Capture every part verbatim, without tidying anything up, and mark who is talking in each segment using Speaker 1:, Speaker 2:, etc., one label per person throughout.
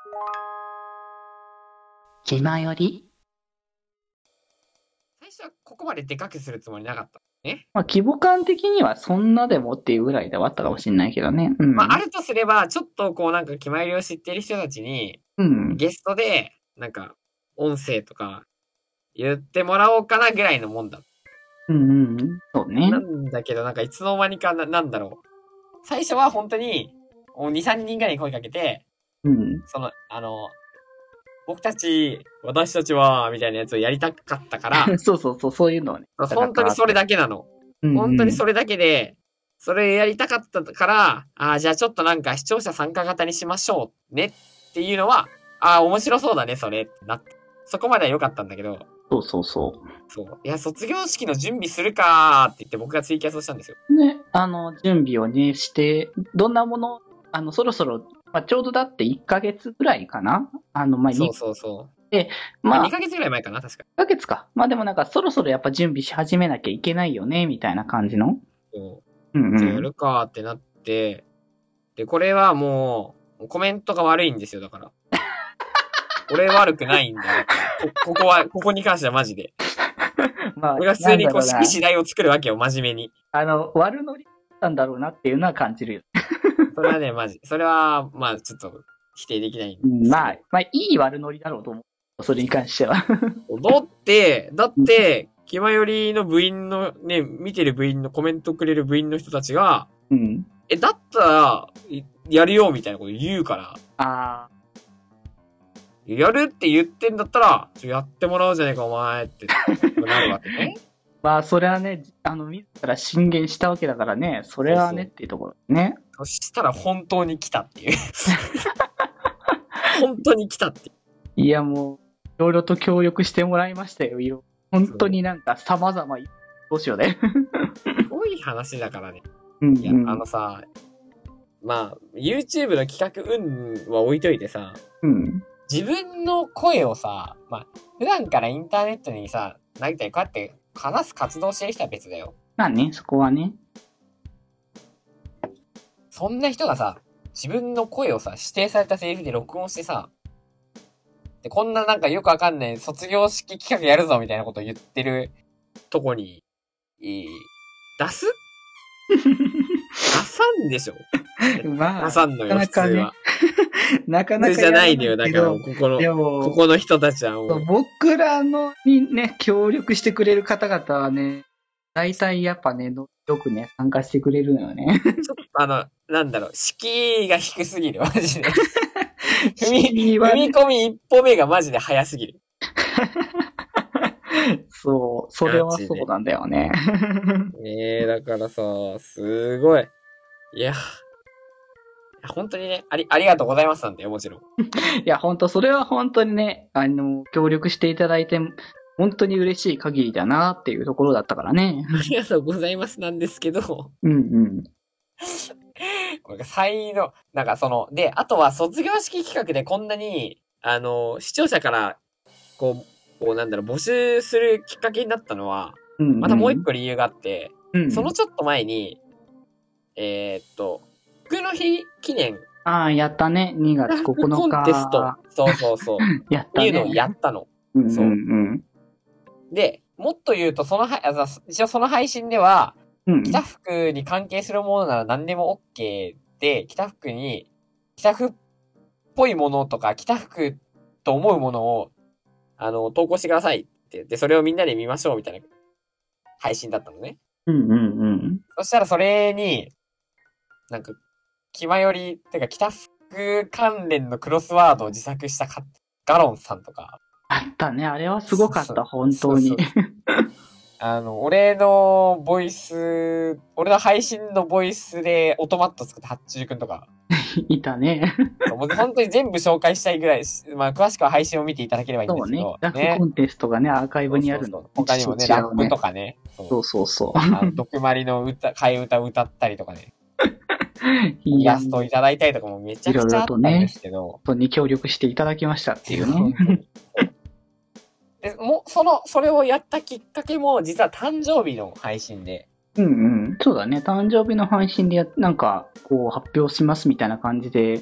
Speaker 1: 気まより。
Speaker 2: 最初はここまででかくするつもりなかった。ね。
Speaker 1: まあ、規模感的にはそんなでもっていうぐらいではあったかもしれないけどね。うん。
Speaker 2: まあ、あるとすれば、ちょっとこうなんか気まよりを知ってる人たちに、
Speaker 1: うん。
Speaker 2: ゲストで、なんか、音声とか、言ってもらおうかなぐらいのもんだ。
Speaker 1: うんうん。そうね。
Speaker 2: なんだけど、なんかいつの間にかな、なんだろう。最初は本当に、もうに、さんにんぐらいに声かけて、
Speaker 1: うん。
Speaker 2: その、あの、僕たち、私たちは、みたいなやつをやりたかったから、
Speaker 1: そうそうそう、そういうのをね。
Speaker 2: 本当にそれだけなの。
Speaker 1: うんうん、
Speaker 2: 本当にそれだけで、それやりたかったから、ああ、じゃあちょっとなんか視聴者参加型にしましょうねっていうのは、ああ、面白そうだね、それってなって。そこまでは良かったんだけど。
Speaker 1: そうそうそう。
Speaker 2: そう。いや、卒業式の準備するかーって言って僕がツイキャスをしたんですよ。
Speaker 1: ね、あの、準備をね、して、どんなもの、あの、そろそろ、まあ、ちょうどだっていっかげつぐらいかなあの、まあ、
Speaker 2: そうそうそう。
Speaker 1: で、
Speaker 2: まあ、
Speaker 1: まあ、
Speaker 2: にかげつぐらい前かな、確か。
Speaker 1: いっかげつか。まあでもなんか、そろそろやっぱ準備し始めなきゃいけないよね、みたいな感じの。
Speaker 2: そう。
Speaker 1: うんうん。
Speaker 2: じゃあやるかーってなって、で、これはもう、コメントが悪いんですよ、だから。俺悪くないんだよ。こ、ここは、ここに関してはマジで。
Speaker 1: まあ、
Speaker 2: 俺が普通にこう、式
Speaker 1: なんだろうな
Speaker 2: 次第を作るわけよ、真面目に。
Speaker 1: あの、悪ノリだったんだろうなっていうのは感じるよ。
Speaker 2: それはね、マジ。それは、まあ、ちょっと、否定できないんですけど。
Speaker 1: まあ、まあ、いい悪ノリだろうと思う。それに関しては。
Speaker 2: だって、だって、気まよりの部員の、ね、見てる部員のコメントくれる部員の人たちが、
Speaker 1: うん。
Speaker 2: え、だったら、やるよ、みたいなこと言うから。
Speaker 1: ああ。
Speaker 2: やるって言ってんだったら、ちょやってもらおうじゃねえか、お前って、なるわけね。
Speaker 1: まあ、それはね、あの、自ら進言したわけだからね、それはね
Speaker 2: そうそう
Speaker 1: っていうところね。
Speaker 2: そしたら本当に来たっていう。本当に来たっていう。
Speaker 1: いや、もう、いろいろと協力してもらいましたよ、いろ。本当になんか様々、どうしようね。
Speaker 2: すごい話だからね。
Speaker 1: うん、
Speaker 2: いや、あのさ、まあ、YouTube の企画運は置いといてさ、
Speaker 1: うん。
Speaker 2: 自分の声をさ、まあ、普段からインターネットにさ、なりたいこうやって話す活動してる人は別だよ。
Speaker 1: まあね、そこはね。
Speaker 2: そんな人がさ、自分の声をさ、指定されたセリフで録音してさ、で、こんななんかよくわかんない卒業式企画やるぞみたいなことを言ってるとこに、いい出す出さんでしょ
Speaker 1: まあ、
Speaker 2: 出さんのよ、普通は。
Speaker 1: なかなか
Speaker 2: 普通じゃないのよ、だから、ここの、ここの人たちはもう。
Speaker 1: 僕らのにね、協力してくれる方々はね、大体やっぱね、よくね、参加してくれるのよね。
Speaker 2: ちょっとあの、なんだろう、敷居が低すぎる、マジで。踏み、踏み込み一歩目がマジで早すぎる。
Speaker 1: そう、それはそうなんだよね。
Speaker 2: ねえ、だからさ、すごい。いや、本当にね、あり、ありがとうございますなんだよ、もちろん。い
Speaker 1: や、本当それは本当にね、あの、協力していただいて、本当に嬉しい限りだなっていうところだったからね。
Speaker 2: ありがとうございますなんですけど。
Speaker 1: うんうん。
Speaker 2: これが才能、なんかその、で、あとは卒業式企画でこんなに、あの、視聴者から、こう、こうなんだろう、募集するきっかけになったのは、
Speaker 1: うんうん、
Speaker 2: またもう一個理由があって、
Speaker 1: うん、
Speaker 2: そのちょっと前に、えー、っと、服の日記念。
Speaker 1: ああ、やったね。にがつここのか。
Speaker 2: コンテスト。そうそうそう。
Speaker 1: やったね。
Speaker 2: っていうのをやったの。
Speaker 1: うんうんうん、
Speaker 2: そうで、もっと言うと、そのは、一応その配信では、うん、北福に関係するものなら何でも OK で、北福に、北福っぽいものとか、北福と思うものを、あの、投稿してくださいって言って、それをみんなで見ましょうみたいな配信だったのね。
Speaker 1: うんうんうん。
Speaker 2: そしたらそれに、なんか、気まより、てか北福関連のクロスワードを自作したかガロンさんとか。
Speaker 1: あったね。あれはすごかった、本当に。そうそう
Speaker 2: あの、俺のボイス、俺の配信のボイスでオトマット作ったハッチューくんとか。
Speaker 1: いたね。
Speaker 2: もう本当に全部紹介したいぐらい、まあ詳しくは配信を見ていただければいいんですけど。
Speaker 1: そうね。ラップコンテストがね、アーカイブにあるの。
Speaker 2: そうそうそう他にもね、ラップとかね。
Speaker 1: そうそうそう。
Speaker 2: あの、毒まりの歌、替え歌を歌ったりとかね。イラストをいただいたりとかもめちゃくちゃあったんですけど。
Speaker 1: 本当に協力していただきましたっていうね。
Speaker 2: でもう、その、それをやったきっかけも、実は誕生日の配信で。
Speaker 1: うんうん。そうだね。誕生日の配信でや、なんか、こう、発表しますみたいな感じで、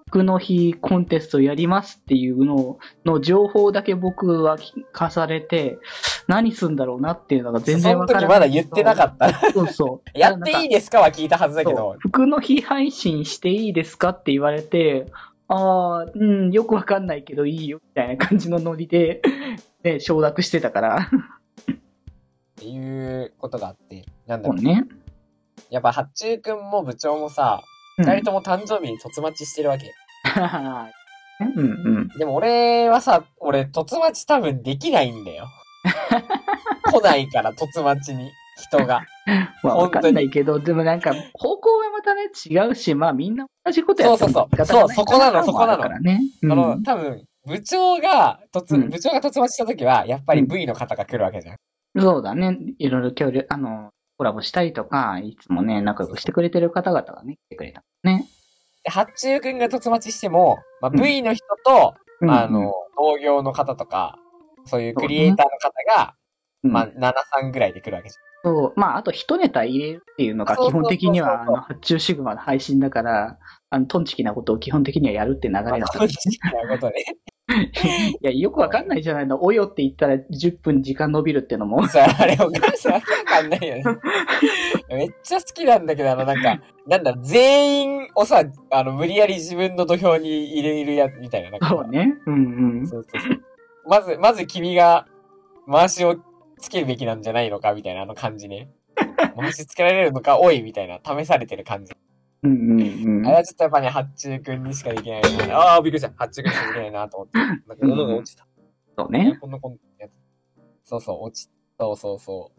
Speaker 1: 服の日コンテストやりますっていうのの情報だけ僕は聞かされて、何すんだろうなっていうのが全然わからない。
Speaker 2: その時まだ言ってなかった。
Speaker 1: そうそう。
Speaker 2: やっていいですかは聞いたはずだけど。
Speaker 1: 服の日配信していいですかって言われて、ああ、うん、よくわかんないけどいいよみたいな感じのノリで、ね、承諾してたから。
Speaker 2: っていうことがあって、なんだろう。
Speaker 1: ね。
Speaker 2: やっぱ、八中くんも部長もさ、二、うん、人とも誕生日に突待ちしてるわけ。
Speaker 1: うんうん。
Speaker 2: でも俺はさ、俺突待ち多分できないんだよ。来ないから、突待ちに、人が。
Speaker 1: まあ、わかんないけど、でもなんか、方向がまたね、違うし、まあみんな同じことやってる
Speaker 2: そうそうそう。そう、そこなの、そこなの。
Speaker 1: ね、うん、
Speaker 2: あの、多分、部長が、突、うん、部長が突待ちした時は、やっぱり V の方が来るわけじゃん。
Speaker 1: うん、そうだね。いろいろ協力、あの、コラボしたりとか、いつもね、仲良くしてくれてる方々がね、来てくれたね。
Speaker 2: で、八中くんが突待ちしても、まあ、V の人と、うん、あの、同業の方とか、そういうクリエイターの方が、ね、まあ、なな、さんぐらいで来るわけじゃん。
Speaker 1: そう。まあ、あと一ネタ入れるっていうのが基本的には、あの、発注シグマの配信だから、あの、トンチキなことを基本的にはやるって流れだった。
Speaker 2: トンチキなことね。
Speaker 1: いや、よくわかんないじゃないの。およって言ったらじゅっぷん時間伸びるってのも。
Speaker 2: さあ、あれお母さんわかんないよね。めっちゃ好きなんだけど、あの、なんか、なんだ、全員をさ、あの、無理やり自分の土俵に入れるやつみたいな。なんか
Speaker 1: そうね。うんうん。
Speaker 2: そうそうそう。まず、まず君が、回しをつけるべきなんじゃないのかみたいなあの感じね。回しつけられるのか、おいみたいな、試されてる感じ。
Speaker 1: うんうんうん。
Speaker 2: あれはちょっとやっぱね、八中くんにしかできないな。ああ、びっくりした。八中くんにしかできないなと思って。なんか物が落ちた。
Speaker 1: うん、そうね。
Speaker 2: こんなこんやつ。そうそう、落ち、そうそうそう。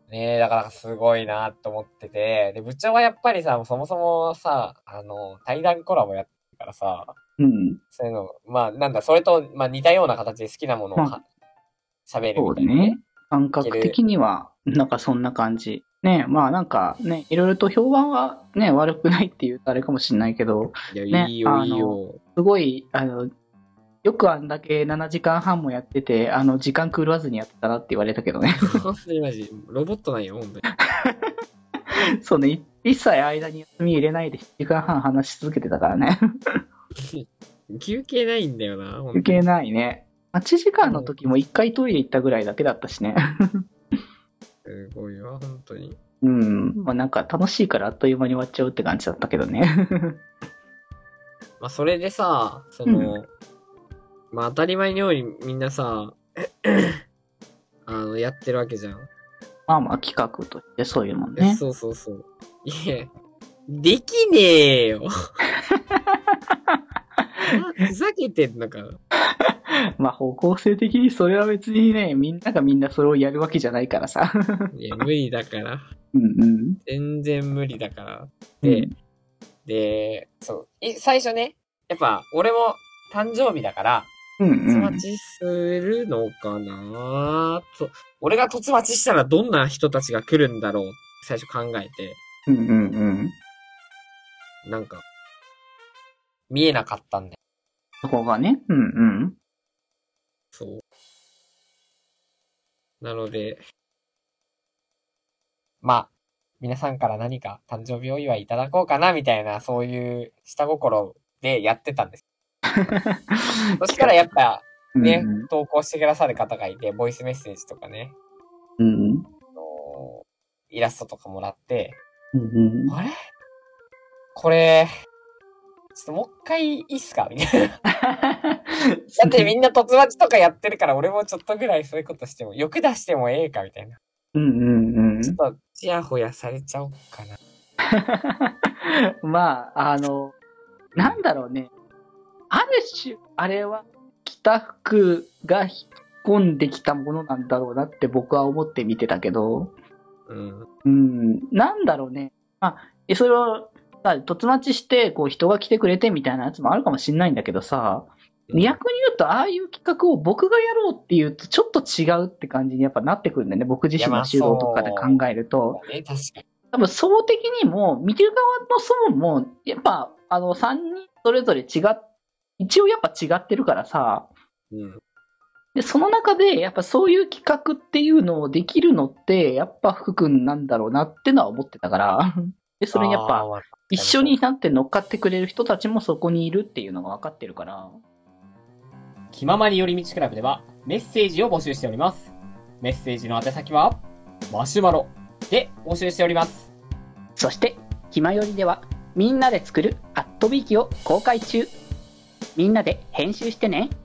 Speaker 2: ねえ、だからすごいなと思ってて。で、部長はやっぱりさ、そもそもさ、あの、対談コラボやってるからさ、
Speaker 1: うん。
Speaker 2: そういうの、まあ、なんだ、それと、まあ似たような形で好きなものをは、喋るみたいな、ね。そうね。
Speaker 1: 感覚的には、なんかそんな感じ。ね、まあなんかね、いろいろと評判はね、悪くないっていうとあれかもしれないけど、
Speaker 2: いや、
Speaker 1: ね、
Speaker 2: いいよ、いいよ。
Speaker 1: すごい、あの、よくあんだけななじかんはんもやってて、あの、時間狂わずにやってたなって言われたけどね。
Speaker 2: 本当にマジ、ロボットなんよ、本当
Speaker 1: に。そうね、一切間に休み入れないでいちじかんはん話し続けてたからね。
Speaker 2: 休憩ないんだよな、
Speaker 1: 休憩ないね。はちじかんの時もいっかいトイレ行ったぐらいだけだったしね。
Speaker 2: すごいわ、本当に。
Speaker 1: うん。まあなんか楽しいからあっという間に終わっちゃうって感じだったけどね。
Speaker 2: まあそれでさ、その、うん、まあ当たり前のようにみんなさ、あの、やってるわけじゃん。
Speaker 1: まあまあ企画としてそういうもんね。
Speaker 2: そうそうそう。いえ、できねえよ。ふざけてんのかな。
Speaker 1: まあ方向性的にそれは別にね、みんながみんなそれをやるわけじゃないからさ。
Speaker 2: いや、無理だから。
Speaker 1: うんうん。
Speaker 2: 全然無理だから。で、うん、で、そう。最初ね、やっぱ俺も誕生日だから、
Speaker 1: うんうん、
Speaker 2: 突待ちするのかなと。俺が突待ちしたらどんな人たちが来るんだろうって最初考えて。
Speaker 1: うんうんうん。
Speaker 2: なんか、見えなかったんだよ。
Speaker 1: そこがね。うんうん。
Speaker 2: そう。なので、まあ、皆さんから何か誕生日お祝いいただこうかな、みたいな、そういう下心でやってたんです。そしたらやっぱ、ね、うんうん、投稿してくださる方がいて、ボイスメッセージとかね、
Speaker 1: うん、
Speaker 2: イラストとかもらって、
Speaker 1: うんうん、
Speaker 2: あれこれ、ちょっともう一回いいっすかみたいな。だってみんな突待ちとかやってるから、俺もちょっとぐらいそういうことしても、欲出してもええかみたいな。
Speaker 1: うんうんうん。
Speaker 2: ちょっと、ちやほやされちゃおうかな。
Speaker 1: まあ、あの、なんだろうね。ある種、あれは、着た服が引っ込んできたものなんだろうなって僕は思って見てたけど、
Speaker 2: うん。
Speaker 1: うん、なんだろうね。まあ、それを、さ、突待ちして、こう、人が来てくれてみたいなやつもあるかもしんないんだけどさ、逆に言うと、ああいう企画を僕がやろうっていうと、ちょっと違うって感じにやっぱなってくるんだよね。僕自身の仕事とかで考えると。
Speaker 2: え、確かに。
Speaker 1: 多分、層的にも、見てる側の層も、やっぱ、あの、さんにんそれぞれ違っ、一応やっぱ違ってるからさ、
Speaker 2: うん。
Speaker 1: で、その中で、やっぱそういう企画っていうのをできるのって、やっぱ福君なんだろうなってのは思ってたから。 で、それやっぱ、一緒になって乗っかってくれる人たちもそこにいるっていうのが分かってるから。
Speaker 3: 気ままに寄り道クラブではメッセージを募集しております。メッセージの宛先は、マシュマロで募集しております。
Speaker 1: そして、気まよりでは、みんなで作るアットビーキを公開中。みんなで編集してね。